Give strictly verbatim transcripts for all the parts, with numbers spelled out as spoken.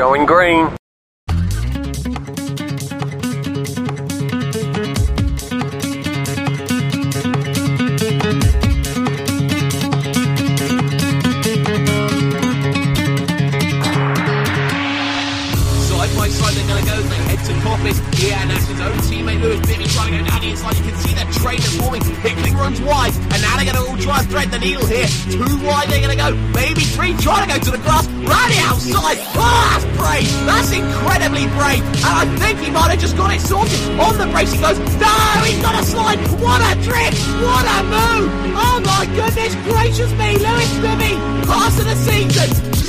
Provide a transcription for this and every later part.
Going green. Yeah, and that's his own teammate Lewis Bibby trying to go down the inside. You can see that train is forming. Hickling runs wide, and now they're going to all try and thread the needle here. Two wide they're going to go, maybe three trying to go to the grass. Round the outside. Oh, that's brave. That's incredibly brave. And I think he might have just got it sorted. On the brace he goes. No, he's got a slide. What a drift. What a move. Oh my goodness gracious me. Lewis Bibby, pass of the season.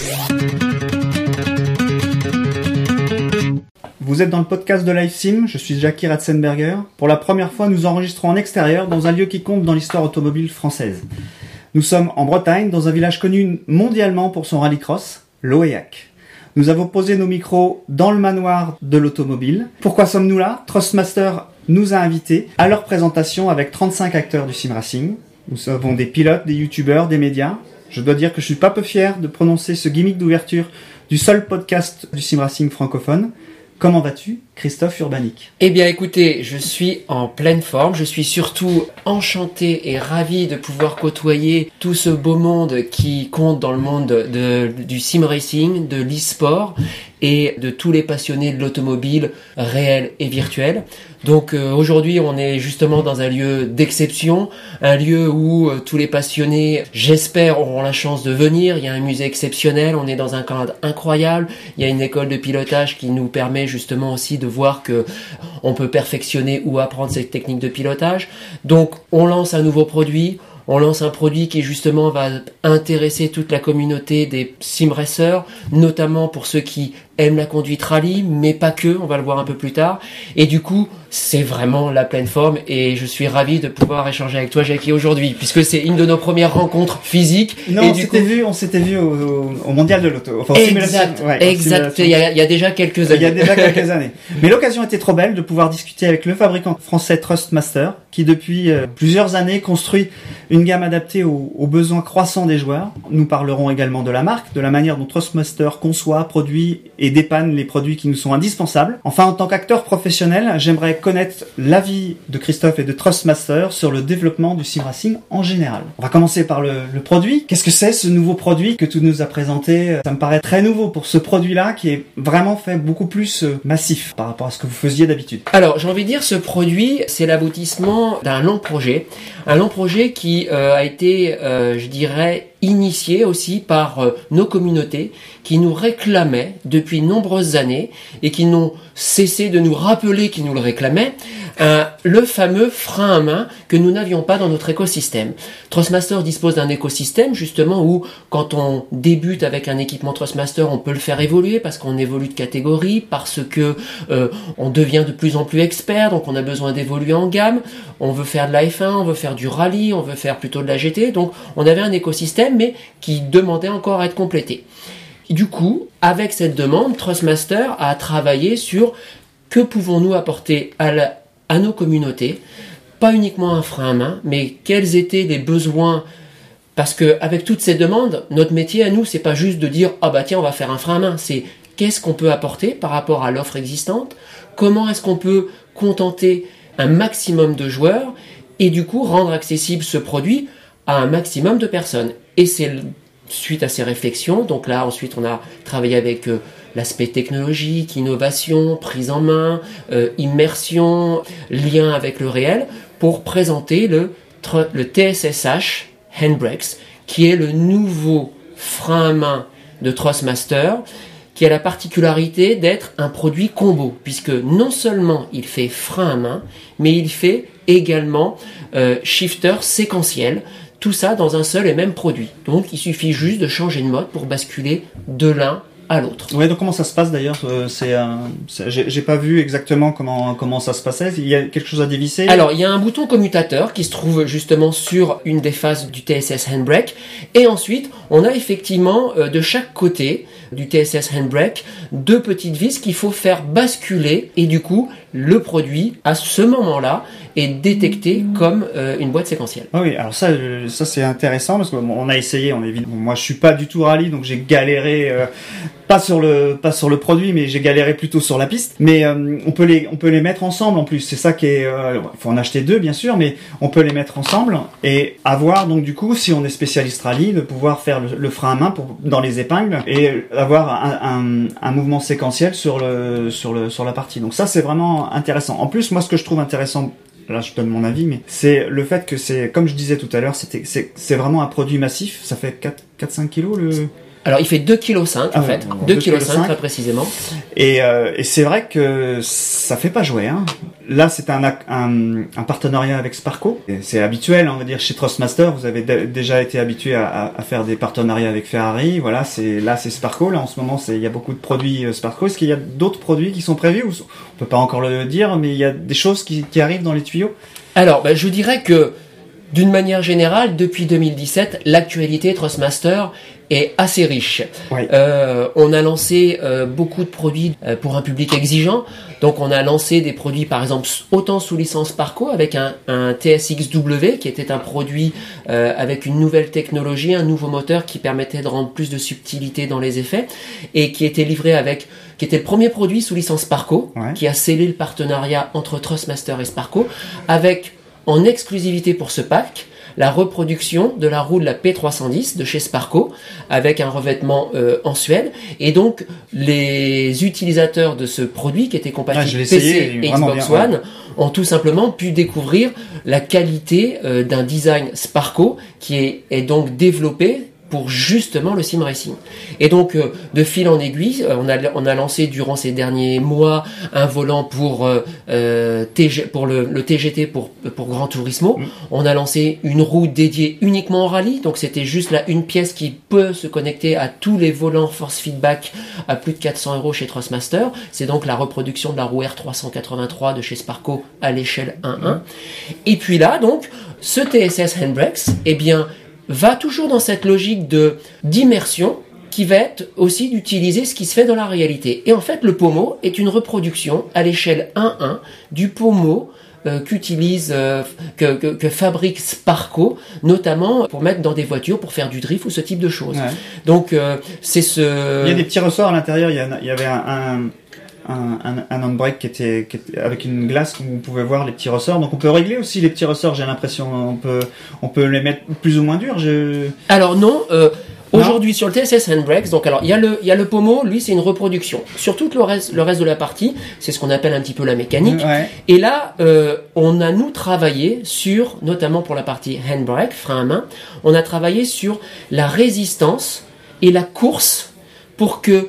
Vous êtes dans le podcast de LiveSim, je suis Jackie Ratzenberger. Pour la première fois, nous enregistrons en extérieur dans un lieu qui compte dans l'histoire automobile française. Nous sommes en Bretagne, dans un village connu mondialement pour son rallycross, Loéac. Nous avons posé nos micros dans le manoir de l'automobile. Pourquoi sommes-nous là ? Thrustmaster nous a invités à leur présentation avec trente-cinq acteurs du sim racing. Nous avons des pilotes, des youtubeurs, des médias. Je dois dire que je suis pas peu fier de prononcer ce gimmick d'ouverture du seul podcast du sim racing francophone. Comment vas-tu, Christophe Urbanic ? Eh bien écoutez, je suis en pleine forme, je suis surtout enchanté et ravi de pouvoir côtoyer tout ce beau monde qui compte dans le monde de, du sim racing, de l'e-sport et de tous les passionnés de l'automobile réel et virtuel. Donc euh, aujourd'hui on est justement dans un lieu d'exception, un lieu où euh, tous les passionnés, j'espère, auront la chance de venir. Il y a un musée exceptionnel, on est dans un cadre incroyable, il y a une école de pilotage qui nous permet justement aussi de voir que on peut perfectionner ou apprendre cette technique de pilotage. Donc on lance un nouveau produit, on lance un produit qui justement va intéresser toute la communauté des sim racers, notamment pour ceux qui aiment la conduite rallye, mais pas que, on va le voir un peu plus tard. Et du coup, c'est vraiment la pleine forme et je suis ravi de pouvoir échanger avec toi, Jackie, aujourd'hui, puisque c'est une de nos premières rencontres physiques. Non, et on du s'était coup... vu, on s'était vu au, au, au mondial de l'auto. Enfin, exact, ouais, exact. Il y, a, il y a déjà quelques années. Il y a déjà quelques années. Mais l'occasion était trop belle de pouvoir discuter avec le fabricant français Thrustmaster, qui depuis euh, plusieurs années construit une gamme adaptée aux, aux besoins croissants des joueurs. Nous parlerons également de la marque, de la manière dont Thrustmaster conçoit, produit et dépanne les produits qui nous sont indispensables. Enfin, en tant qu'acteur professionnel, j'aimerais connaître l'avis de Christophe et de Thrustmaster sur le développement du sim racing en général. On va commencer par le, le produit. Qu'est-ce que c'est ce nouveau produit que tu nous as présenté ? Ça me paraît très nouveau pour ce produit-là qui est vraiment fait beaucoup plus massif par rapport à ce que vous faisiez d'habitude. Alors, j'ai envie de dire, ce produit, c'est l'aboutissement d'un long projet. Un long projet qui euh, a été, euh, je dirais, initié aussi par euh, nos communautés qui nous réclamaient depuis nombreuses années et qui n'ont cessé de nous rappeler qu'ils nous le réclamaient, euh, le fameux frein à main que nous n'avions pas dans notre écosystème. Thrustmaster dispose d'un écosystème justement où quand on débute avec un équipement Thrustmaster, on peut le faire évoluer parce qu'on évolue de catégorie, parce que euh, on devient de plus en plus expert, donc on a besoin d'évoluer en gamme. On veut faire de la F un, on veut faire du rallye, on veut faire plutôt de la G T, donc on avait un écosystème mais qui demandait encore à être complété. Et du coup, avec cette demande, Thrustmaster a travaillé sur que pouvons-nous apporter à, la, à nos communautés, pas uniquement un frein à main, mais quels étaient les besoins, parce que avec toutes ces demandes, notre métier à nous, c'est pas juste de dire ah bah tiens on va faire un frein à main, c'est qu'est-ce qu'on peut apporter par rapport à l'offre existante, comment est-ce qu'on peut contenter un maximum de joueurs et du coup rendre accessible ce produit à un maximum de personnes. Et c'est suite à ces réflexions, donc là ensuite on a travaillé avec euh, l'aspect technologique, innovation, prise en main, euh, immersion, lien avec le réel, pour présenter le, le T S S H Handbrakes, qui est le nouveau frein à main de Thrustmaster, qui a la particularité d'être un produit combo, puisque non seulement il fait frein à main, mais il fait également euh, shifter séquentiel, tout ça dans un seul et même produit. Donc il suffit juste de changer de mode pour basculer de l'un à l'autre. Ouais, donc comment ça se passe d'ailleurs ? euh, c'est, euh, c'est, j'ai, j'ai pas vu exactement comment comment ça se passait. Il y a quelque chose à dévisser ? Alors il y a un bouton commutateur qui se trouve justement sur une des faces du T S S Handbrake, et ensuite on a effectivement euh, de chaque côté du T S S Handbrake deux petites vis qu'il faut faire basculer et du coup le produit à ce moment-là est détecté comme euh, une boîte séquentielle. Ah oui, alors ça, euh, ça c'est intéressant parce qu'on a essayé, on est bon, moi je suis pas du tout rallye donc j'ai galéré euh, pas sur le pas sur le produit mais j'ai galéré plutôt sur la piste. Mais euh, on peut les on peut les mettre ensemble en plus. C'est ça qui est, euh, il faut en acheter deux bien sûr, mais on peut les mettre ensemble et avoir donc du coup si on est spécialiste rallye de pouvoir faire le, le frein à main pour dans les épingles et avoir un, un, un mouvement séquentiel sur le sur le sur la partie. Donc ça c'est vraiment intéressant. En plus moi ce que je trouve intéressant, là je donne mon avis, mais c'est le fait que c'est, comme je disais tout à l'heure, c'était, c'est, c'est vraiment un produit massif, ça fait quatre à cinq kilos le... Alors il fait deux virgule cinq kilos en ah, fait, deux virgule cinq kilos très précisément. Et, euh, et c'est vrai que ça fait pas jouer. Hein. Là c'est un, un, un partenariat avec Sparco. Et c'est habituel, on va dire, chez Thrustmaster, vous avez d- déjà été habitué à, à, à faire des partenariats avec Ferrari. Voilà, c'est là c'est Sparco. Là en ce moment c'est il y a beaucoup de produits Sparco. Est-ce qu'il y a d'autres produits qui sont prévus ou on peut pas encore le dire, mais il y a des choses qui, qui arrivent dans les tuyaux. Alors ben, je dirais que d'une manière générale, depuis deux mille dix-sept, l'actualité Thrustmaster est assez riche. Oui. Euh, on a lancé euh, beaucoup de produits euh, pour un public exigeant. Donc on a lancé des produits par exemple autant sous licence Sparco avec un, un T S X W qui était un produit euh, avec une nouvelle technologie, un nouveau moteur qui permettait de rendre plus de subtilité dans les effets et qui était livré avec, qui était le premier produit sous licence Sparco, ouais. qui a scellé le partenariat entre Thrustmaster et Sparco avec en exclusivité pour ce pack la reproduction de la roue de la P trois cent dix de chez Sparco avec un revêtement euh, en Suède et donc les utilisateurs de ce produit qui était compatible ah, P C essayé, et Xbox bien, One ouais. ont tout simplement pu découvrir la qualité euh, d'un design Sparco qui est, est donc développé pour justement le sim racing. Et donc euh, de fil en aiguille, euh, on a on a lancé durant ces derniers mois un volant pour euh, T G, pour le, le T G T pour pour Gran Turismo. Mmh. On a lancé une roue dédiée uniquement au rallye, donc c'était juste là une pièce qui peut se connecter à tous les volants force feedback à plus de quatre cents euros chez Thrustmaster. C'est donc la reproduction de la roue R trois cent quatre-vingt-trois de chez Sparco à l'échelle un un. Mmh. Et puis là donc ce T S S Handbrakes, eh bien va toujours dans cette logique de d'immersion qui va être aussi d'utiliser ce qui se fait dans la réalité. Et en fait, le pommeau est une reproduction à l'échelle un un du pommeau euh, qu'utilise, euh, que, que, que fabrique Sparco, notamment pour mettre dans des voitures, pour faire du drift ou ce type de choses. Ouais. Donc, euh, c'est ce... Il y a des petits ressorts à l'intérieur, il y, a, il y avait un... un... Un, un, un handbrake qui était, qui était avec une glace où vous pouvez voir les petits ressorts. Donc on peut régler aussi les petits ressorts. J'ai l'impression on peut on peut les mettre plus ou moins durs. Je... Alors non. Euh, Aujourd'hui sur le T S S Handbrakes, donc alors il y a le il y a le pommeau, lui c'est une reproduction. Sur tout le reste le reste de la partie, c'est ce qu'on appelle un petit peu la mécanique. Ouais. Et là, euh, on a nous travaillé sur, notamment pour la partie handbrake, frein à main, on a travaillé sur la résistance et la course pour que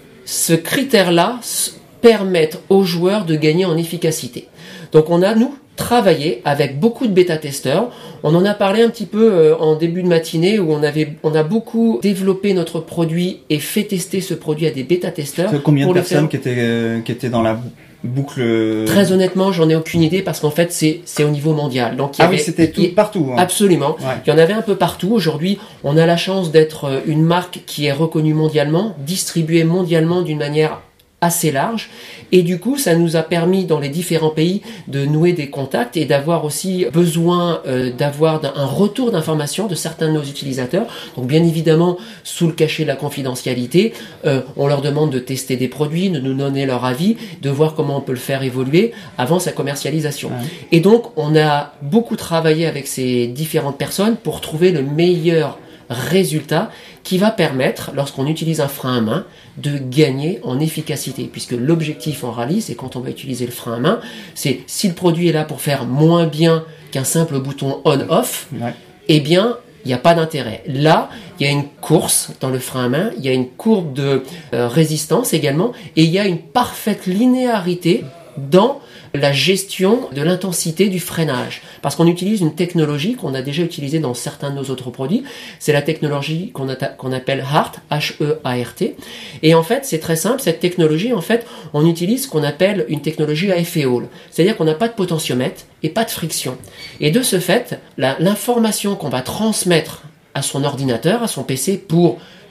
ce critère-là permettre aux joueurs de gagner en efficacité. Donc on a, nous, travaillé avec beaucoup de bêta-testeurs. On en a parlé un petit peu euh, en début de matinée où on avait, on a beaucoup développé notre produit et fait tester ce produit à des bêta-testeurs. Combien pour de personnes faire... qui étaient, euh, qui étaient dans la boucle? Très honnêtement, j'en ai aucune idée parce qu'en fait, c'est, c'est au niveau mondial. Donc, il y ah avait, oui, c'était tout, il... partout. Hein. Absolument. Ouais. Il y en avait un peu partout. Aujourd'hui, on a la chance d'être une marque qui est reconnue mondialement, distribuée mondialement d'une manière assez large et du coup ça nous a permis dans les différents pays de nouer des contacts et d'avoir aussi besoin euh, d'avoir un retour d'information de certains de nos utilisateurs. Donc bien évidemment sous le cachet de la confidentialité, euh, on leur demande de tester des produits, de nous donner leur avis, de voir comment on peut le faire évoluer avant sa commercialisation. Ouais. Et donc on a beaucoup travaillé avec ces différentes personnes pour trouver le meilleur résultat qui va permettre, lorsqu'on utilise un frein à main, de gagner en efficacité. Puisque l'objectif en rallye, c'est quand on va utiliser le frein à main, c'est si le produit est là pour faire moins bien qu'un simple bouton on-off, ouais. eh bien, il n'y a pas d'intérêt. Là, il y a une course dans le frein à main, il y a une courbe de euh, résistance également, et il y a une parfaite linéarité dans la gestion de l'intensité du freinage. Parce qu'on utilise une technologie qu'on a déjà utilisée dans certains de nos autres produits. C'est la technologie qu'on, a, qu'on appelle H A R T, H E A R T. Et en fait, c'est très simple. Cette technologie, en fait, on utilise ce qu'on appelle une technologie à effet Hall. C'est-à-dire qu'on n'a pas de potentiomètre et pas de friction. Et de ce fait, la, l'information qu'on va transmettre à son ordinateur, à son P C pour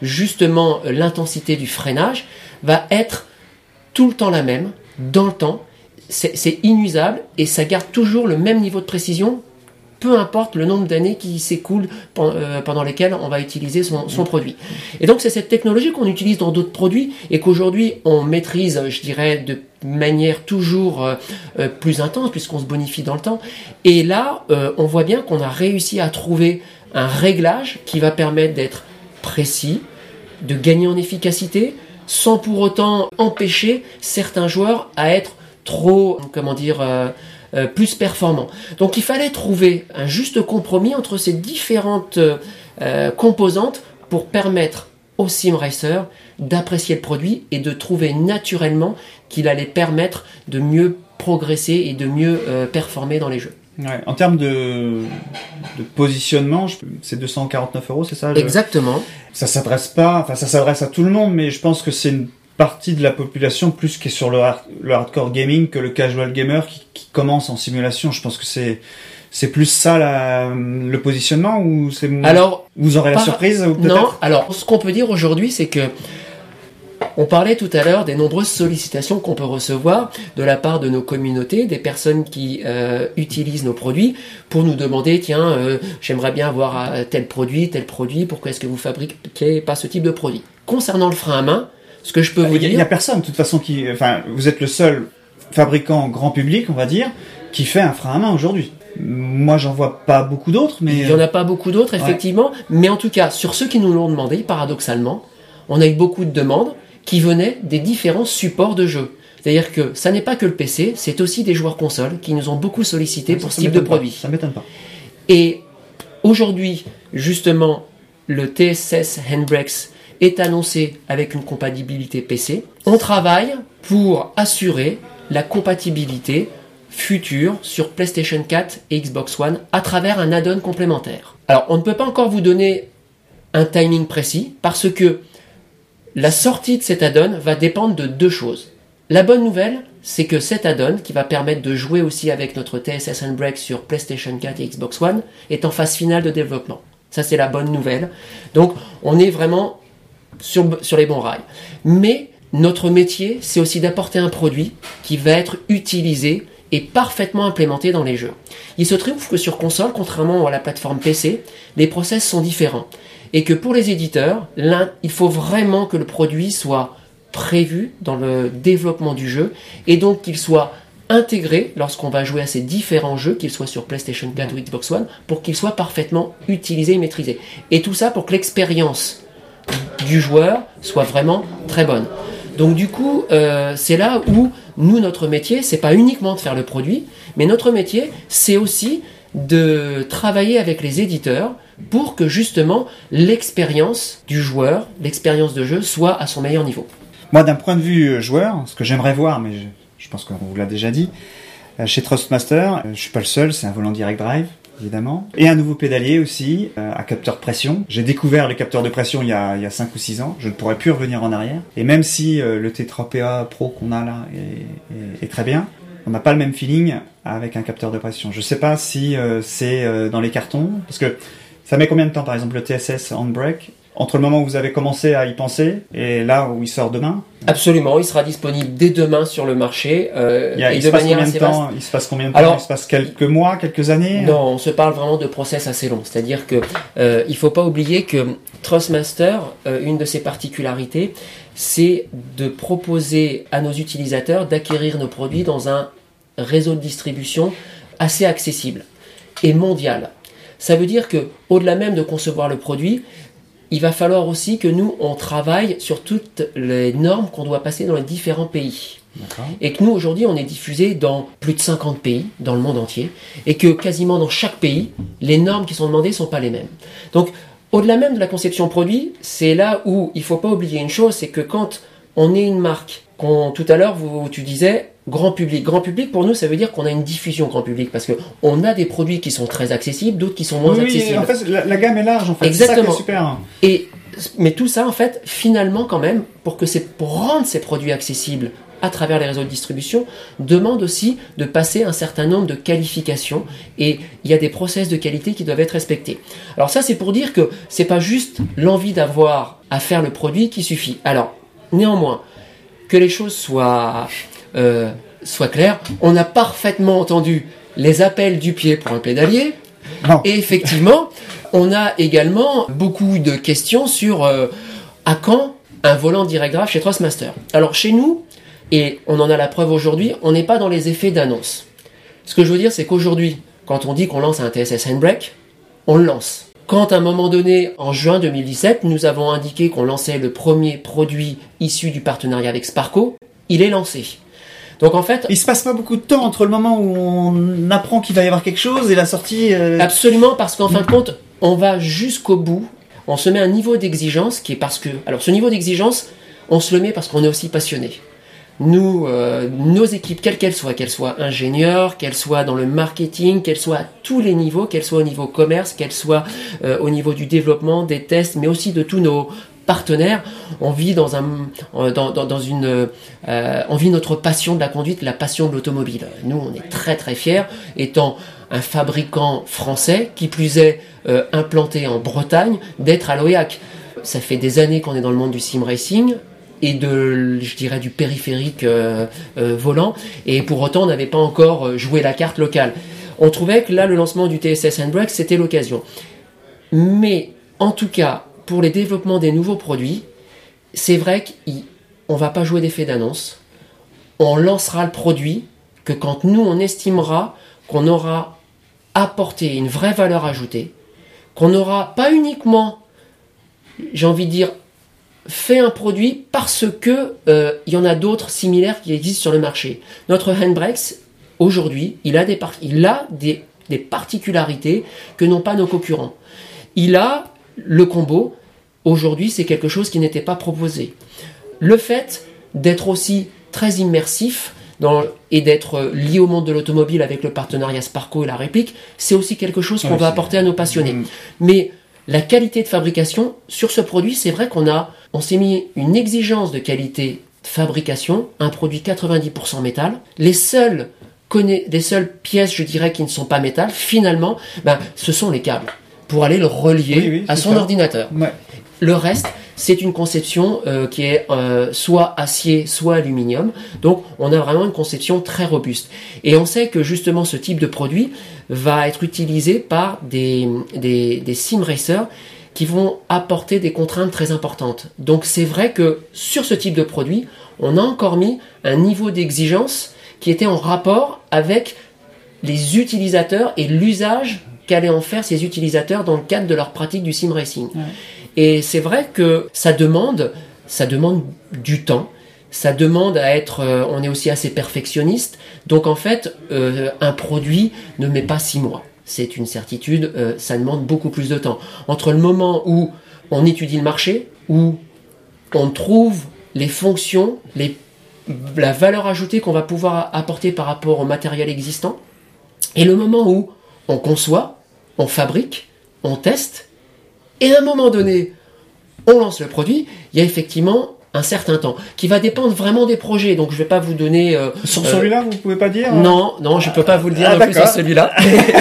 justement l'intensité du freinage va être tout le temps la même, dans le temps. C'est, c'est inusable et ça garde toujours le même niveau de précision, peu importe le nombre d'années qui s'écoulent pendant lesquelles on va utiliser son, son produit. Et donc c'est cette technologie qu'on utilise dans d'autres produits et qu'aujourd'hui on maîtrise, je dirais, de manière toujours euh, plus intense puisqu'on se bonifie dans le temps. Et là, euh, on voit bien qu'on a réussi à trouver un réglage qui va permettre d'être précis, de gagner en efficacité, sans pour autant empêcher certains joueurs à être trop, comment dire, euh, Euh, plus performant. Donc il fallait trouver un juste compromis entre ces différentes euh, composantes pour permettre au sim racer d'apprécier le produit et de trouver naturellement qu'il allait permettre de mieux progresser et de mieux euh, performer dans les jeux. Ouais, en termes de, de positionnement, je, c'est deux cent quarante-neuf euros, c'est ça? Le... Exactement. Ça s'adresse pas, enfin ça s'adresse à tout le monde, mais je pense que c'est une partie de la population plus qui est sur le, hard, le hardcore gaming que le casual gamer qui, qui commence en simulation. Je pense que c'est c'est plus ça la, le positionnement ou c'est alors vous aurez la par, surprise ou peut-être non. Alors ce qu'on peut dire aujourd'hui, c'est que on parlait tout à l'heure des nombreuses sollicitations qu'on peut recevoir de la part de nos communautés, des personnes qui euh, utilisent nos produits pour nous demander tiens, euh, j'aimerais bien avoir euh, tel produit, tel produit. Pourquoi est-ce que vous fabriquez pas ce type de produit? Concernant le frein à main, ce que je peux vous dire... Il n'y a personne, de toute façon, qui... Enfin, vous êtes le seul fabricant grand public, on va dire, qui fait un frein à main aujourd'hui. Moi, j'en vois pas beaucoup d'autres, mais... Il n'y en a pas beaucoup d'autres, effectivement. Ouais. Mais en tout cas, sur ceux qui nous l'ont demandé, paradoxalement, on a eu beaucoup de demandes qui venaient des différents supports de jeu. C'est-à-dire que ça n'est pas que le P C, c'est aussi des joueurs consoles qui nous ont beaucoup sollicité pour ce type de produit. Ça m'étonne pas. Et aujourd'hui, justement, le T S S Handbrakes est annoncé avec une compatibilité P C. On travaille pour assurer la compatibilité future sur PlayStation quatre et Xbox One à travers un add-on complémentaire. Alors, on ne peut pas encore vous donner un timing précis parce que la sortie de cet add-on va dépendre de deux choses. La bonne nouvelle, c'est que cet add-on, qui va permettre de jouer aussi avec notre T S S Handbrake sur PlayStation quatre et Xbox One, est en phase finale de développement. Ça, c'est la bonne nouvelle. Donc, on est vraiment Sur, sur les bons rails. Mais notre métier, c'est aussi d'apporter un produit qui va être utilisé et parfaitement implémenté dans les jeux. Il se trouve que sur console, contrairement à la plateforme P C, les process sont différents. Et que pour les éditeurs, l'un, il faut vraiment que le produit soit prévu dans le développement du jeu et donc qu'il soit intégré lorsqu'on va jouer à ces différents jeux, qu'ils soient sur PlayStation quatre ou Xbox One, pour qu'ils soient parfaitement utilisés et maîtrisés. Et tout ça pour que l'expérience du joueur soit vraiment très bonne. Donc du coup, euh, c'est là où nous, notre métier, c'est pas uniquement de faire le produit, mais notre métier, c'est aussi de travailler avec les éditeurs pour que justement l'expérience du joueur, l'expérience de jeu soit à son meilleur niveau. Moi, d'un point de vue joueur, ce que j'aimerais voir, mais je, je pense qu'on vous l'a déjà dit, chez Thrustmaster, je suis pas le seul, c'est un volant direct drive. Évidemment. Et un nouveau pédalier aussi, euh, à capteur de pression. J'ai découvert les capteurs de pression il y a, il y a cinq ou six ans. Je ne pourrais plus revenir en arrière. Et même si euh, le T trois P A Pro qu'on a là est, est, est très bien, on n'a pas le même feeling avec un capteur de pression. Je ne sais pas si euh, c'est euh, dans les cartons, parce que ça met combien de temps, par exemple, le T S S Handbrake, entre le moment où vous avez commencé à y penser et là où il sort demain? Absolument, il sera disponible dès demain sur le marché. Euh, il, y a, et il, de se passe manière combien de temps, il se passe combien de temps Alors, Il se passe quelques mois, quelques années? Non, on se parle vraiment de process assez long. C'est-à-dire que euh, il faut pas oublier que Thrustmaster, euh, une de ses particularités, c'est de proposer à nos utilisateurs d'acquérir nos produits dans un réseau de distribution assez accessible et mondial. Ça veut dire que, au-delà même de concevoir le produit, il va falloir aussi que nous, on travaille sur toutes les normes qu'on doit passer dans les différents pays. D'accord. Et que nous, aujourd'hui, on est diffusé dans plus de cinquante pays, dans le monde entier, et que quasiment dans chaque pays, les normes qui sont demandées ne sont pas les mêmes. Donc, au-delà même de la conception produit, c'est là où il ne faut pas oublier une chose, c'est que quand on est une marque, qu'on, tout à l'heure, vous, tu disais, grand public. Grand public, pour nous, ça veut dire qu'on a une diffusion grand public, parce que on a des produits qui sont très accessibles, d'autres qui sont moins oui, accessibles. En fait, la, la gamme est large, en fait. Exactement. C'est ça qui est super. Et, mais tout ça, en fait, finalement, quand même, pour que c'est, pour rendre ces produits accessibles à travers les réseaux de distribution, demandent aussi de passer un certain nombre de qualifications et il y a des process de qualité qui doivent être respectés. Alors ça, c'est pour dire que c'est pas juste l'envie d'avoir à faire le produit qui suffit. Alors, néanmoins, que les choses soient, euh, soient claires, on a parfaitement entendu les appels du pied pour un pédalier. Non. Et effectivement, on a également beaucoup de questions sur euh, à quand un volant direct drive chez Thrustmaster. Alors chez nous, et on en a la preuve aujourd'hui, on n'est pas dans les effets d'annonce. Ce que je veux dire, c'est qu'aujourd'hui, quand on dit qu'on lance un T S S Handbrake, on le lance. Quand à un moment donné, en juin deux mille dix-sept, nous avons indiqué qu'on lançait le premier produit issu du partenariat avec Sparco, il est lancé. Donc en fait, il se passe pas beaucoup de temps entre le moment où on apprend qu'il va y avoir quelque chose et la sortie. Euh... Absolument, parce qu'en fin de compte, on va jusqu'au bout. On se met un niveau d'exigence qui est parce que, alors ce niveau d'exigence, on se le met parce qu'on est aussi passionné. Nous, euh, nos équipes, quelles qu'elles soient, qu'elles soient ingénieurs, qu'elles soient dans le marketing, qu'elles soient à tous les niveaux, qu'elles soient au niveau commerce, qu'elles soient euh, au niveau du développement, des tests, mais aussi de tous nos partenaires, on vit dans un, dans, dans, dans une, euh, on vit notre passion de la conduite, la passion de l'automobile. Nous, on est très très fiers, étant un fabricant français, qui plus est euh, implanté en Bretagne, d'être à l'Oyac. Ça fait des années qu'on est dans le monde du sim racing et de, je dirais, du périphérique euh, euh, volant, et pour autant, on n'avait pas encore joué la carte locale. On trouvait que là, le lancement du T S S Handbrake, c'était l'occasion. Mais en tout cas, pour les développements des nouveaux produits, c'est vrai qu'on ne va pas jouer d'effet d'annonce. On lancera le produit que quand nous, on estimera qu'on aura apporté une vraie valeur ajoutée, qu'on n'aura pas uniquement, j'ai envie de dire, fait un produit parce que euh, il y en a d'autres similaires qui existent sur le marché. Notre Handbrake, aujourd'hui, il a des, par- il a des, des particularités que n'ont pas nos concurrents. Il a le combo, aujourd'hui, c'est quelque chose qui n'était pas proposé. Le fait d'être aussi très immersif dans, et d'être lié au monde de l'automobile avec le partenariat Sparco et la réplique, c'est aussi quelque chose qu'on ouais, va c'est... apporter à nos passionnés. Mmh. Mais la qualité de fabrication, sur ce produit, c'est vrai qu'on a, on s'est mis une exigence de qualité de fabrication, un produit quatre-vingt-dix pour cent métal. Les seules, les seules pièces, je dirais, qui ne sont pas métal, finalement, ben, ce sont les câbles, pour aller le relier oui, oui, à son ça. ordinateur. Ouais. Le reste, c'est une conception euh, qui est euh, soit acier, soit aluminium. Donc, on a vraiment une conception très robuste. Et on sait que justement, ce type de produit va être utilisé par des, des, des sim racers qui vont apporter des contraintes très importantes. Donc, c'est vrai que sur ce type de produit, on a encore mis un niveau d'exigence qui était en rapport avec les utilisateurs et l'usage qu'allaient en faire ces utilisateurs dans le cadre de leur pratique du sim racing. Ouais. Et c'est vrai que ça demande, ça demande du temps, ça demande à être, euh, on est aussi assez perfectionniste. Donc en fait, euh, un produit ne met pas six mois. C'est une certitude, euh, ça demande beaucoup plus de temps. Entre le moment où on étudie le marché, où on trouve les fonctions, les, la valeur ajoutée qu'on va pouvoir apporter par rapport au matériel existant, et le moment où on conçoit, on fabrique, on teste, et à un moment donné, on lance le produit, il y a effectivement un certain temps, qui va dépendre vraiment des projets. Donc je ne vais pas vous donner... Euh, sur euh, celui-là, vous ne pouvez pas dire Non, non, je ne peux pas vous le dire ah, non plus sur celui-là.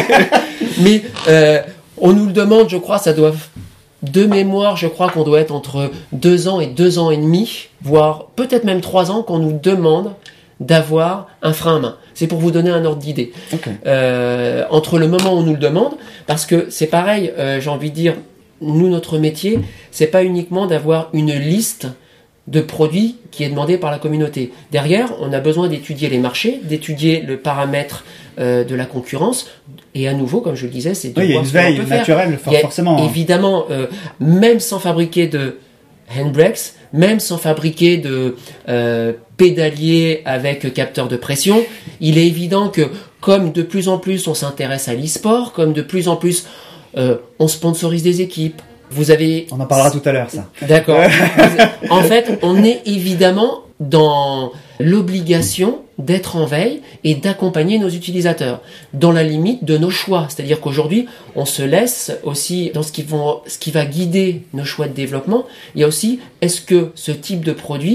Mais euh, on nous le demande, je crois, ça doit... De mémoire, je crois qu'on doit être entre deux ans et deux ans et demi, voire peut-être même trois ans, qu'on nous demande d'avoir un frein à main. C'est pour vous donner un ordre d'idée. Okay. Euh, entre le moment où on nous le demande, parce que c'est pareil, euh, j'ai envie de dire, nous, notre métier, c'est pas uniquement d'avoir une liste de produits qui est demandée par la communauté. Derrière, on a besoin d'étudier les marchés, d'étudier le paramètre euh, de la concurrence, et à nouveau, comme je le disais, c'est de oui, voir il y a une veille naturelle, forcément. A, évidemment, euh, même sans fabriquer de handbrakes, même sans fabriquer de euh, pédaliers avec capteur de pression, il est évident que comme de plus en plus on s'intéresse à l'e-sport, comme de plus en plus euh, on sponsorise des équipes, vous avez... On en parlera tout à l'heure, ça. D'accord. En fait, on est évidemment dans l'obligation d'être en veille et d'accompagner nos utilisateurs dans la limite de nos choix. C'est-à-dire qu'aujourd'hui, on se laisse aussi dans ce qui, vont, ce qui va guider nos choix de développement. Il y a aussi, est-ce que ce type de produit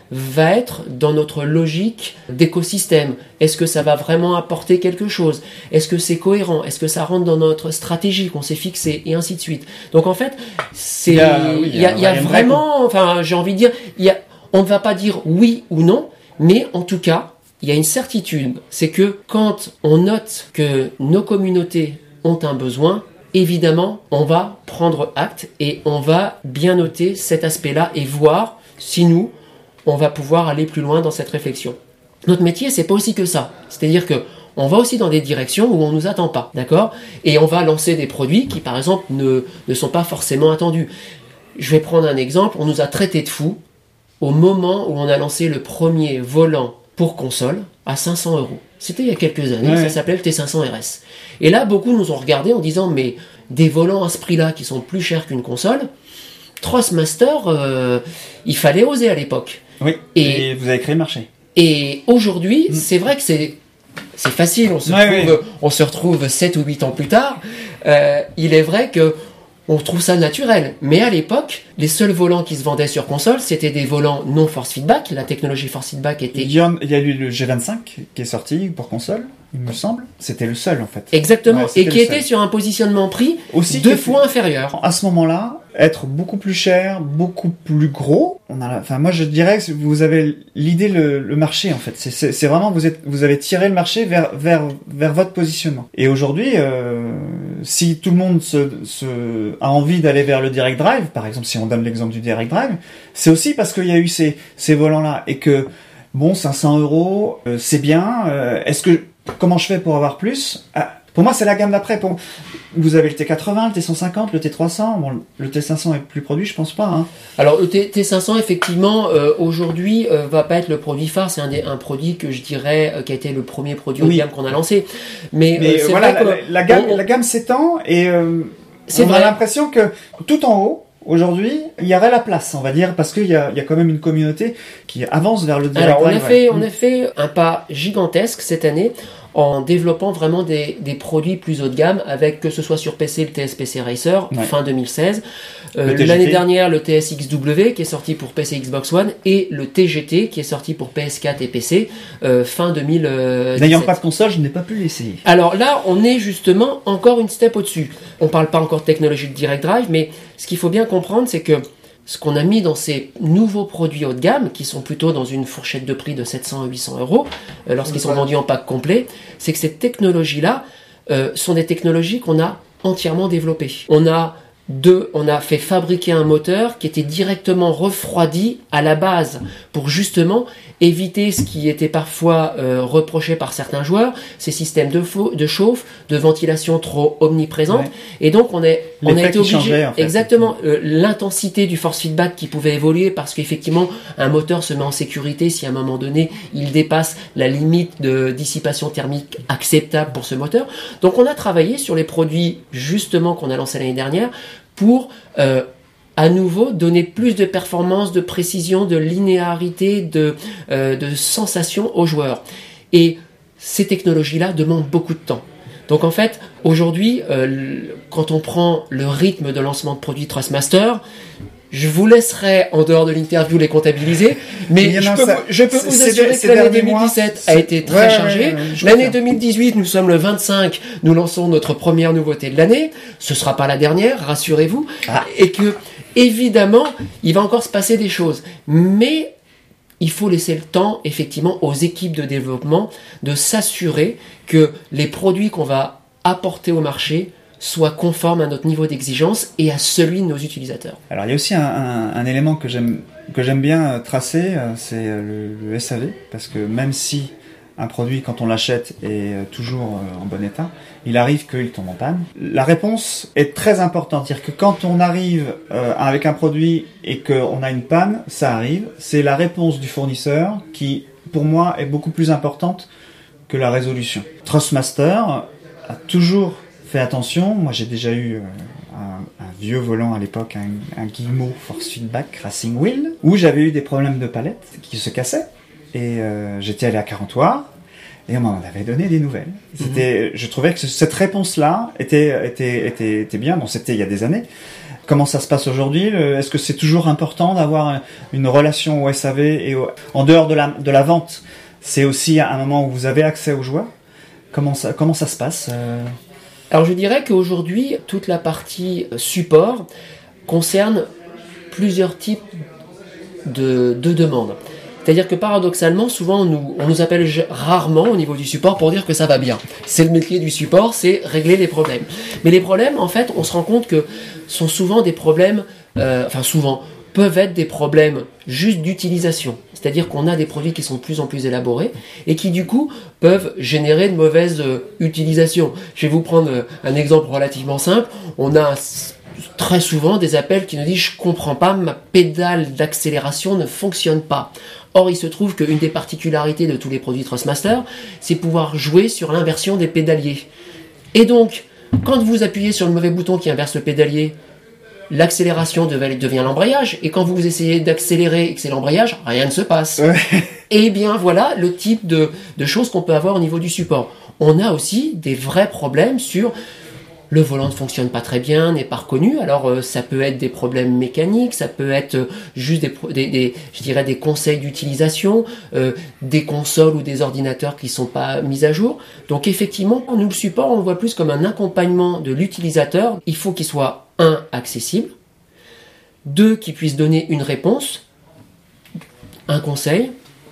va être dans notre logique d'écosystème. Est-ce que ça va vraiment apporter quelque chose? Est-ce que c'est cohérent? Est-ce que ça rentre dans notre stratégie qu'on s'est fixée? Et ainsi de suite. Donc en fait, c'est, il y a, oui, il y a, il y a vraiment, enfin, j'ai envie de dire, il y a, on ne va pas dire oui ou non, mais en tout cas, il y a une certitude. C'est que quand on note que nos communautés ont un besoin, évidemment, on va prendre acte et on va bien noter cet aspect-là et voir si nous, on va pouvoir aller plus loin dans cette réflexion. Notre métier, c'est pas aussi que ça. C'est-à-dire que on va aussi dans des directions où on nous attend pas, d'accord? Et on va lancer des produits qui, par exemple, ne, ne sont pas forcément attendus. Je vais prendre un exemple. On nous a traité de fous au moment où on a lancé le premier volant pour console à cinq cents euros. C'était il y a quelques années, ouais. Ça s'appelait le T cinq cents R S. Et là, beaucoup nous ont regardé en disant, mais des volants à ce prix-là qui sont plus chers qu'une console, Thrustmaster, euh, il fallait oser à l'époque. Oui, et, et vous avez créé le marché. Et aujourd'hui, mmh. c'est vrai que c'est, c'est facile, on se, ouais, retrouve, ouais. on se retrouve sept ou huit ans plus tard. Euh, il est vrai que on trouve ça naturel. Mais à l'époque, les seuls volants qui se vendaient sur console, c'était des volants non force feedback. La technologie force feedback était... Il y a, il y a eu le G vingt-cinq qui est sorti pour console, il me semble. C'était le seul, en fait. Exactement. Ouais, et qui était sur un positionnement prix aussi deux fois inférieur. À ce moment-là, être beaucoup plus cher, beaucoup plus gros. On a, enfin, moi, je dirais que vous avez l'idée le, le marché, en fait. C'est, c'est, c'est vraiment, vous êtes, vous avez tiré le marché vers, vers, vers votre positionnement. Et aujourd'hui, euh, si tout le monde se, se, a envie d'aller vers le direct drive, par exemple, si on donne l'exemple du direct drive, c'est aussi parce qu'il y a eu ces, ces volants-là et que, bon, cinq cents euros, euh, c'est bien. Euh, est-ce que, comment je fais pour avoir plus? Ah, pour moi, c'est la gamme d'après. Pour... Vous avez le T quatre-vingts, le T cent cinquante, le T trois cents. Bon, le T cinq cents est plus produit, je pense pas. Hein. Alors, le T cinq cents, effectivement, euh, aujourd'hui, euh, va pas être le produit phare. C'est un, des, un produit que je dirais euh, qui a été le premier produit haut de gamme qu'on a lancé. Mais, Mais euh, c'est voilà, vrai la, que la, gamme, on, la gamme s'étend et euh, c'est on vrai. a l'impression que tout en haut, aujourd'hui, il y aurait la place, on va dire, parce qu'il y a, il y a quand même une communauté qui avance vers le direct Alors, on drive. a fait, on a fait un pas gigantesque cette année en développant vraiment des, des produits plus haut de gamme, avec que ce soit sur P C le T S P C Racer, ouais. fin deux mille seize, euh, l'année dernière le T S X W qui est sorti pour P C Xbox One, et le T G T qui est sorti pour P S quatre et P C euh, fin deux mille dix-sept. N'ayant pas de console, je n'ai pas pu l'essayer. Alors là, on est justement encore une step au-dessus. On parle pas encore de technologie de direct drive, mais ce qu'il faut bien comprendre, c'est que ce qu'on a mis dans ces nouveaux produits haut de gamme, qui sont plutôt dans une fourchette de prix de sept cents à huit cents euros, euh, lorsqu'ils sont vendus en pack complet, c'est que ces technologies-là euh, sont des technologies qu'on a entièrement développées. On a deux, on a fait fabriquer un moteur qui était directement refroidi à la base pour justement éviter ce qui était parfois euh, reproché par certains joueurs, ces systèmes de, faux, de chauffe, de ventilation trop omniprésente, ouais. Et donc on, est, on a été obligé, changeait, en fait. Exactement, euh, l'intensité du force feedback qui pouvait évoluer parce qu'effectivement un moteur se met en sécurité si à un moment donné il dépasse la limite de dissipation thermique acceptable pour ce moteur. Donc on a travaillé sur les produits justement qu'on a lancés l'année dernière pour euh, à nouveau donner plus de performance, de précision, de linéarité, de, euh, de sensation aux joueurs. Et ces technologies-là demandent beaucoup de temps. Donc en fait, aujourd'hui, euh, quand on prend le rythme de lancement de produits Thrustmaster, je vous laisserai en dehors de l'interview les comptabiliser, mais je peux, ça, vous, je peux vous assurer que l'année deux mille dix-sept mois, a été très ouais, chargée. Ouais, ouais, ouais, l'année deux mille dix-huit, nous sommes le vingt-cinq, nous lançons notre première nouveauté de l'année. Ce sera pas la dernière, rassurez-vous. Ah. Et que, évidemment, il va encore se passer des choses. Mais il faut laisser le temps, effectivement, aux équipes de développement de s'assurer que les produits qu'on va apporter au marché soit conforme à notre niveau d'exigence et à celui de nos utilisateurs. Alors il y a aussi un, un, un élément que j'aime que j'aime bien tracer, c'est le, le S A V, parce que même si un produit, quand on l'achète, est toujours en bon état, il arrive qu'il tombe en panne. La réponse est très importante, c'est-à-dire que quand on arrive euh, avec un produit et qu'on a une panne, ça arrive, c'est la réponse du fournisseur qui, pour moi, est beaucoup plus importante que la résolution. Thrustmaster a toujours fait attention. Moi, j'ai déjà eu euh, un, un vieux volant à l'époque, un, un Guillemot Force Feedback Racing Wheel, où j'avais eu des problèmes de palette qui se cassaient. Et euh, j'étais allé à Carentoire et on m'en avait donné des nouvelles. C'était, mmh. Je trouvais que cette réponse-là était, était, était, était bien. Bon, c'était il y a des années. Comment ça se passe aujourd'hui? Est-ce que c'est toujours important d'avoir une relation au S A V et au... en dehors de la, de la vente? C'est aussi un moment où vous avez accès aux joueurs. Comment ça, comment ça se passe? euh... Alors je dirais qu'aujourd'hui, toute la partie support concerne plusieurs types de, de demandes. C'est-à-dire que paradoxalement, souvent on nous, on nous appelle rarement au niveau du support pour dire que ça va bien. C'est le métier du support, c'est régler les problèmes. Mais les problèmes, en fait, on se rend compte que sont souvent des problèmes, euh, enfin souvent, peuvent être des problèmes juste d'utilisation. C'est-à-dire qu'on a des produits qui sont de plus en plus élaborés et qui du coup peuvent générer de mauvaises euh, utilisations. Je vais vous prendre euh, un exemple relativement simple. On a très souvent des appels qui nous disent « je comprends pas, ma pédale d'accélération ne fonctionne pas ». Or, il se trouve qu'une des particularités de tous les produits Thrustmaster, c'est pouvoir jouer sur l'inversion des pédaliers. Et donc, quand vous appuyez sur le mauvais bouton qui inverse le pédalier, l'accélération devient l'embrayage, et quand vous essayez d'accélérer et que c'est l'embrayage, rien ne se passe. Ouais. Et bien voilà le type de, de choses qu'on peut avoir au niveau du support. On a aussi des vrais problèmes sur le volant ne fonctionne pas très bien, n'est pas reconnu. Alors euh, ça peut être des problèmes mécaniques, ça peut être euh, juste des, des, des, je dirais des conseils d'utilisation, euh, des consoles ou des ordinateurs qui sont pas mis à jour. Donc effectivement, nous le support, on le voit plus comme un accompagnement de l'utilisateur. Il faut qu'il soit un accessible, deux qu'il puisse donner une réponse, un conseil,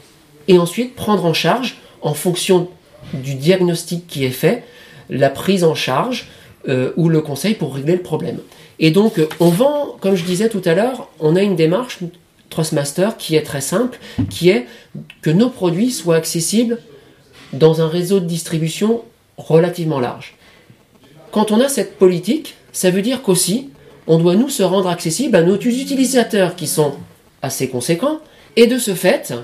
et ensuite prendre en charge en fonction du diagnostic qui est fait, la prise en charge. Euh, ou le conseil pour régler le problème. Et donc, euh, on vend, comme je disais tout à l'heure, on a une démarche Thrustmaster qui est très simple, qui est que nos produits soient accessibles dans un réseau de distribution relativement large. Quand on a cette politique, ça veut dire qu'aussi, on doit nous se rendre accessible à nos utilisateurs qui sont assez conséquents, et de ce fait,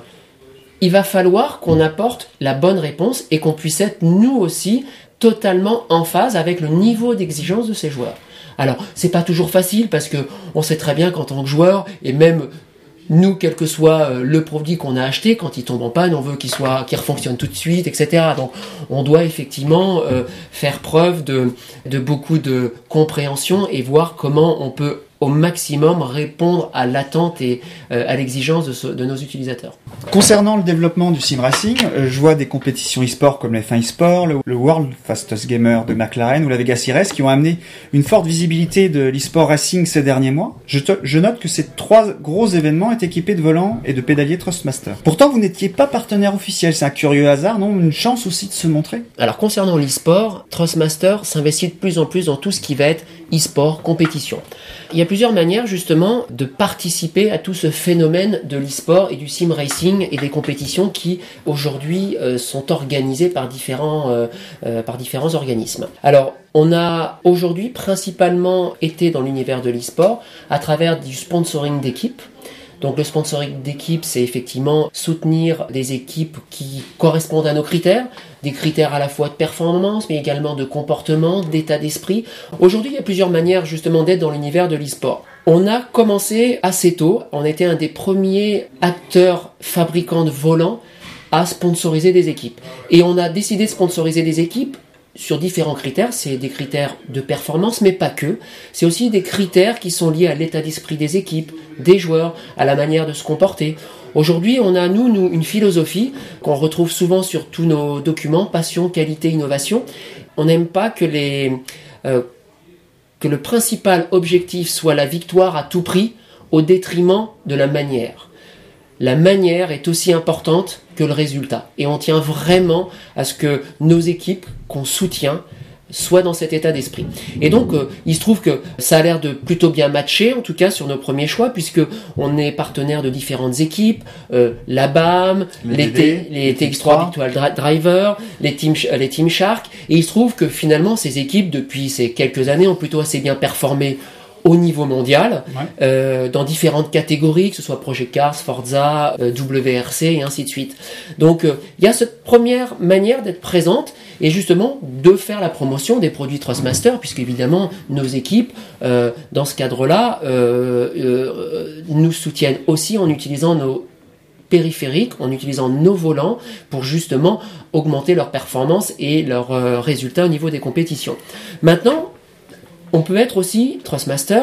il va falloir qu'on apporte la bonne réponse et qu'on puisse être nous aussi totalement en phase avec le niveau d'exigence de ces joueurs. Alors, c'est pas toujours facile parce que on sait très bien qu'en tant que joueur, et même nous, quel que soit le produit qu'on a acheté, quand il tombe en panne, on veut qu'il soit, qu'il refonctionne tout de suite, et cetera. Donc, on doit effectivement euh, faire preuve de, de beaucoup de compréhension et voir comment on peut au maximum répondre à l'attente et euh, à l'exigence de, ce, de nos utilisateurs. Concernant le développement du sim racing, euh, je vois des compétitions e-sport comme la F un eSport, le, le World Fastest Gamer de McLaren ou la Vegas I R S qui ont amené une forte visibilité de l'e-sport racing ces derniers mois. Je, te, je note que ces trois gros événements étaient équipés de volants et de pédaliers Thrustmaster. Pourtant, vous n'étiez pas partenaire officiel. C'est un curieux hasard, non? Une chance aussi de se montrer? Alors, concernant l'e-sport, Thrustmaster s'investit de plus en plus dans tout ce qui va être e-sport, compétition. Il y a plusieurs manières justement de participer à tout ce phénomène de l'e-sport et du sim racing et des compétitions qui aujourd'hui euh, sont organisées par différents, euh, euh, par différents organismes. Alors on a aujourd'hui principalement été dans l'univers de l'e-sport à travers du sponsoring d'équipes. Donc le sponsoring d'équipe, c'est effectivement soutenir des équipes qui correspondent à nos critères, des critères à la fois de performance, mais également de comportement, d'état d'esprit. Aujourd'hui, il y a plusieurs manières justement d'être dans l'univers de l'e-sport. On a commencé assez tôt, on était un des premiers acteurs fabricants de volants à sponsoriser des équipes. Et on a décidé de sponsoriser des équipes sur différents critères. C'est des critères de performance, mais pas que. C'est aussi des critères qui sont liés à l'état d'esprit des équipes, des joueurs, à la manière de se comporter. Aujourd'hui, on a, nous, nous, une philosophie qu'on retrouve souvent sur tous nos documents, passion, qualité, innovation. On n'aime pas que les, euh, que le principal objectif soit la victoire à tout prix au détriment de la manière. La manière est aussi importante que le résultat. Et on tient vraiment à ce que nos équipes qu'on soutient soient dans cet état d'esprit. Et donc, euh, il se trouve que ça a l'air de plutôt bien matcher, en tout cas sur nos premiers choix, puisque on est partenaire de différentes équipes, euh, la B A M, les, les, T, les T X trois Virtual Driver, les Team, les Team Shark. Et il se trouve que finalement, ces équipes, depuis ces quelques années, ont plutôt assez bien performé au niveau mondial, ouais. euh, dans différentes catégories, que ce soit Project Cars, Forza, euh, W R C et ainsi de suite. Donc il euh, y a cette première manière d'être présente et justement de faire la promotion des produits Thrustmaster, puisque évidemment nos équipes, euh, dans ce cadre-là, euh, euh, nous soutiennent aussi en utilisant nos périphériques, en utilisant nos volants pour justement augmenter leur performance et leurs euh, résultats au niveau des compétitions. Maintenant, on peut être aussi, Thrustmaster,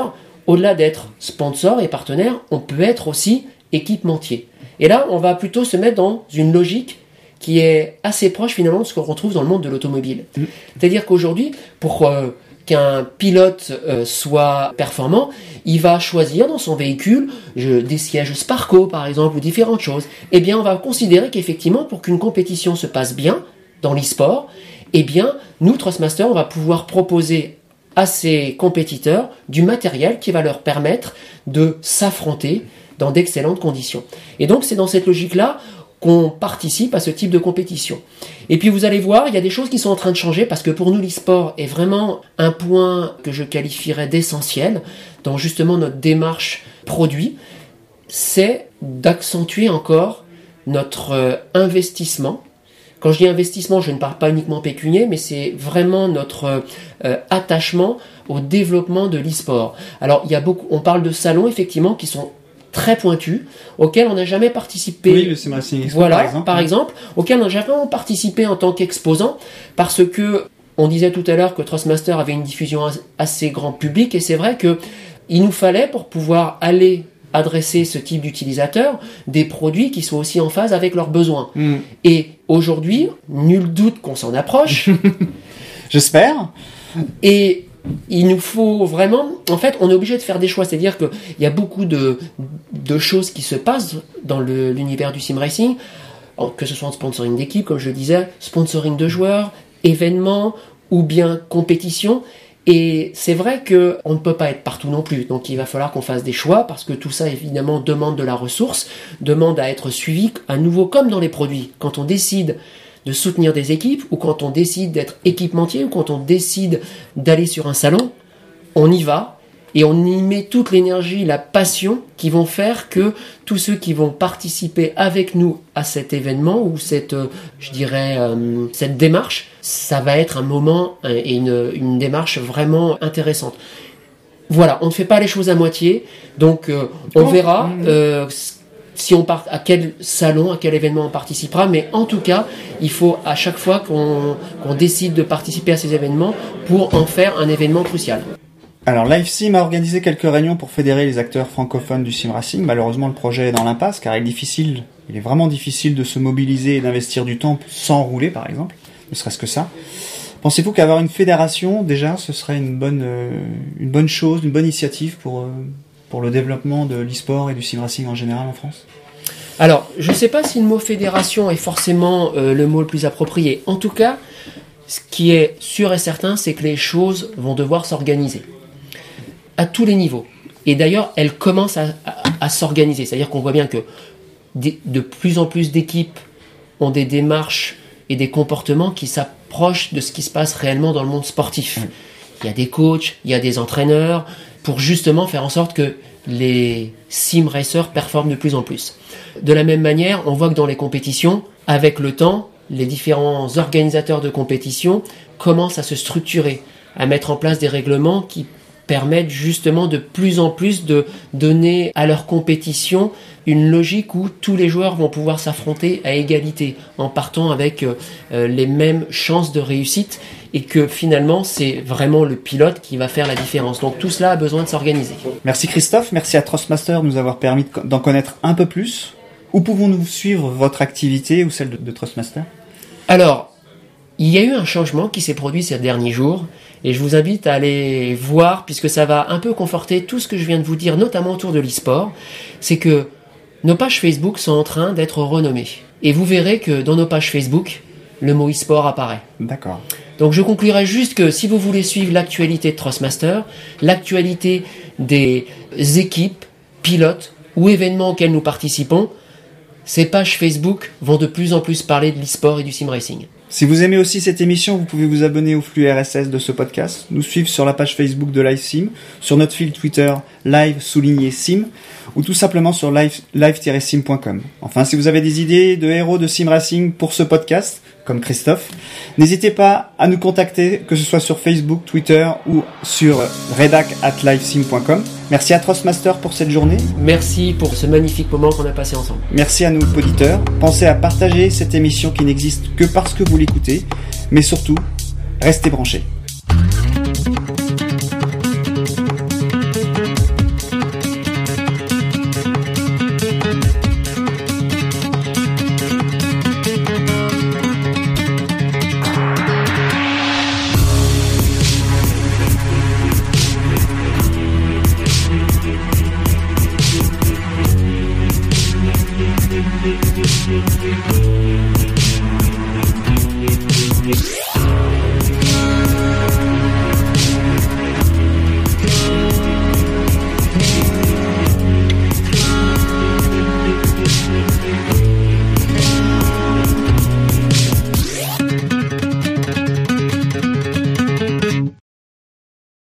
au-delà d'être sponsor et partenaire, on peut être aussi équipementier. Et là, on va plutôt se mettre dans une logique qui est assez proche finalement de ce qu'on retrouve dans le monde de l'automobile. Mmh. C'est-à-dire qu'aujourd'hui, pour euh, qu'un pilote euh, soit performant, il va choisir dans son véhicule je, des sièges Sparco par exemple ou différentes choses. Eh bien, on va considérer qu'effectivement, pour qu'une compétition se passe bien dans l'e-sport, eh bien, nous, Thrustmaster, on va pouvoir proposer à ces compétiteurs du matériel qui va leur permettre de s'affronter dans d'excellentes conditions. Et donc, c'est dans cette logique-là qu'on participe à ce type de compétition. Et puis, vous allez voir, il y a des choses qui sont en train de changer parce que pour nous, l'e-sport est vraiment un point que je qualifierais d'essentiel dans justement notre démarche produit. C'est d'accentuer encore notre euh, investissement. Quand je dis investissement, je ne parle pas uniquement pécunier, mais c'est vraiment notre euh, attachement au développement de l'e-sport. Alors, il y a beaucoup, on parle de salons effectivement qui sont très pointus, auxquels on n'a jamais participé. Oui, le Sim Racing Expo, voilà, par exemple. Par exemple, auxquels on n'a jamais participé en tant qu'exposant, parce que on disait tout à l'heure que Thrustmaster avait une diffusion assez grand public, et c'est vrai que il nous fallait pour pouvoir aller adresser ce type d'utilisateurs des produits qui soient aussi en phase avec leurs besoins. Mm. Et aujourd'hui, nul doute qu'on s'en approche. J'espère. Et il nous faut vraiment... En fait, on est obligé de faire des choix. C'est-à-dire qu'il y a beaucoup de, de choses qui se passent dans le, l'univers du sim racing, que ce soit en sponsoring d'équipe, comme je le disais, sponsoring de joueurs, événements ou bien compétition. Et c'est vrai qu'on ne peut pas être partout non plus. Donc il va falloir qu'on fasse des choix parce que tout ça évidemment demande de la ressource, demande à être suivi à nouveau comme dans les produits. Quand on décide de soutenir des équipes ou quand on décide d'être équipementier ou quand on décide d'aller sur un salon, on y va et on y met toute l'énergie, la passion qui vont faire que tous ceux qui vont participer avec nous à cet événement ou cette, je dirais, euh, cette démarche, ça va être un moment et une, une démarche vraiment intéressante. Voilà, on ne fait pas les choses à moitié, donc euh, on oh, verra euh, si on part, à quel salon, à quel événement on participera, mais en tout cas, il faut à chaque fois qu'on, qu'on décide de participer à ces événements pour en faire un événement crucial. Alors, LiveSim a organisé quelques réunions pour fédérer les acteurs francophones du sim racing. Malheureusement, le projet est dans l'impasse car il est difficile, il est vraiment difficile de se mobiliser et d'investir du temps sans rouler, par exemple, ne serait-ce que ça. Pensez-vous qu'avoir une fédération, déjà, ce serait une bonne, euh, une bonne chose, une bonne initiative pour, euh, pour le développement de l'e-sport et du sim racing en général en France ? Alors, je ne sais pas si le mot fédération est forcément euh, le mot le plus approprié. En tout cas, ce qui est sûr et certain, c'est que les choses vont devoir s'organiser. À tous les niveaux. Et d'ailleurs, elles commencent à, à, à s'organiser. C'est-à-dire qu'on voit bien que de, de plus en plus d'équipes ont des démarches et des comportements qui s'approchent de ce qui se passe réellement dans le monde sportif. Il y a des coachs, il y a des entraîneurs, pour justement faire en sorte que les sim racers performent de plus en plus. De la même manière, on voit que dans les compétitions, avec le temps, les différents organisateurs de compétitions commencent à se structurer, à mettre en place des règlements qui permettent justement de plus en plus de donner à leur compétition une logique où tous les joueurs vont pouvoir s'affronter à égalité en partant avec euh, les mêmes chances de réussite et que finalement c'est vraiment le pilote qui va faire la différence. Donc tout cela a besoin de s'organiser. Merci Christophe, merci à Thrustmaster de nous avoir permis d'en connaître un peu plus. Où pouvons-nous suivre votre activité ou celle de, de Thrustmaster ? Alors, il y a eu un changement qui s'est produit ces derniers jours et je vous invite à aller voir puisque ça va un peu conforter tout ce que je viens de vous dire, notamment autour de l'e-sport. C'est que nos pages Facebook sont en train d'être renommées. Et vous verrez que dans nos pages Facebook, le mot e-sport apparaît. D'accord. Donc je conclurai juste que si vous voulez suivre l'actualité de Thrustmaster, l'actualité des équipes, pilotes ou événements auxquels nous participons, ces pages Facebook vont de plus en plus parler de l'e-sport et du sim racing. Si vous aimez aussi cette émission, vous pouvez vous abonner au flux R S S de ce podcast, nous suivre sur la page Facebook de LiveSim, sur notre fil Twitter live-sim, ou tout simplement sur live tiret sim point com. Enfin, si vous avez des idées de héros de sim racing pour ce podcast, comme Christophe, n'hésitez pas à nous contacter, que ce soit sur Facebook, Twitter ou sur redac arobase livesim point com. Merci à Thrustmaster pour cette journée. Merci pour ce magnifique moment qu'on a passé ensemble. Merci à nos auditeurs. Pensez à partager cette émission qui n'existe que parce que vous l'écoutez, mais surtout, restez branchés.